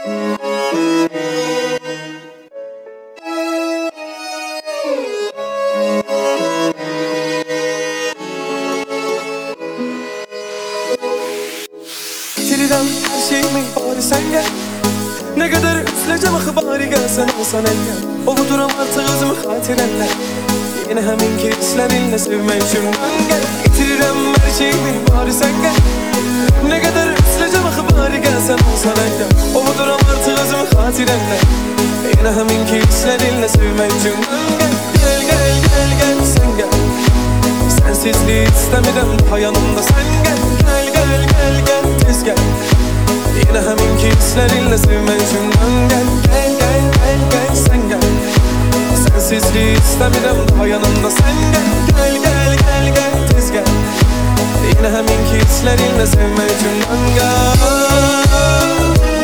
Bitirirəm her şeyimi bari sen gel. Ne kadar üzüleceğim axı bari gelsen olsan engel. Ovuduram artık özümü xatirələr. Yine həminki hislərinlə sevmək üçün mən gel. Bitirirəm her şeyimi bari sen gel. Ne kadar üzüleceğim axı bari gelsen olsan engel. Ovuduram artık özümü xatirələr. Yine həminki hislərinlə sevmək üçün mən gel. Gel gel gel gel sen gel. Sensizliği istemirəm daha yanımda sen gel. Gel gel gel gel tez gel. Yine həminki hislərinlə sevmək üçün mən gel. Gel gel gel gel sen gel. Sensizliği istemirəm daha yanımda sen gel. Gel gel gel gel tez gel. Yine həminki hislərinlə sevmək üçün mən gel.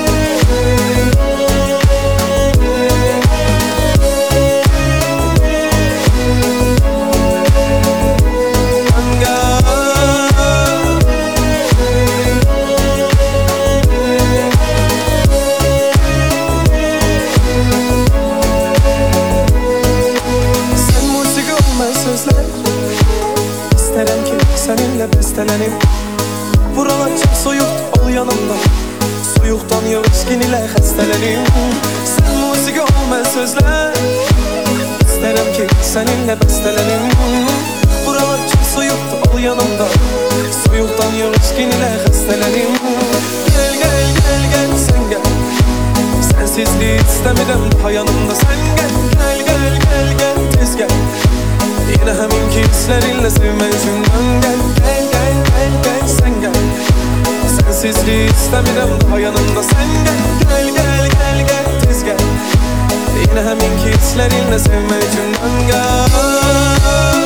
İstərəm ki səninlə bəstələnim. Buralar çox soyuqdur, ol yanımda. Soyuqdan yağışkin ilə xəstələnim. Sən musiqi ol, mən sözlər. İstərəm ki səninlə bəstələnim. Buralar çox soyuqdur, ol yanımda. Soyuqdan yağışkin ilə xəstələnim. Gel gel gel gel sen gel. Sensizliği istemirəm daha yanımda sen gel. Gel gel gel gel tez gel. Yine həminki hislərinlə sevmək üçün mən gel. Gel gel gel gel sen gel. Sensizliği istemirəm daha yanımda sen gel. Gel gel gel gel tez gel. Yine həminki hislərinlə sevmək üçün mən gel.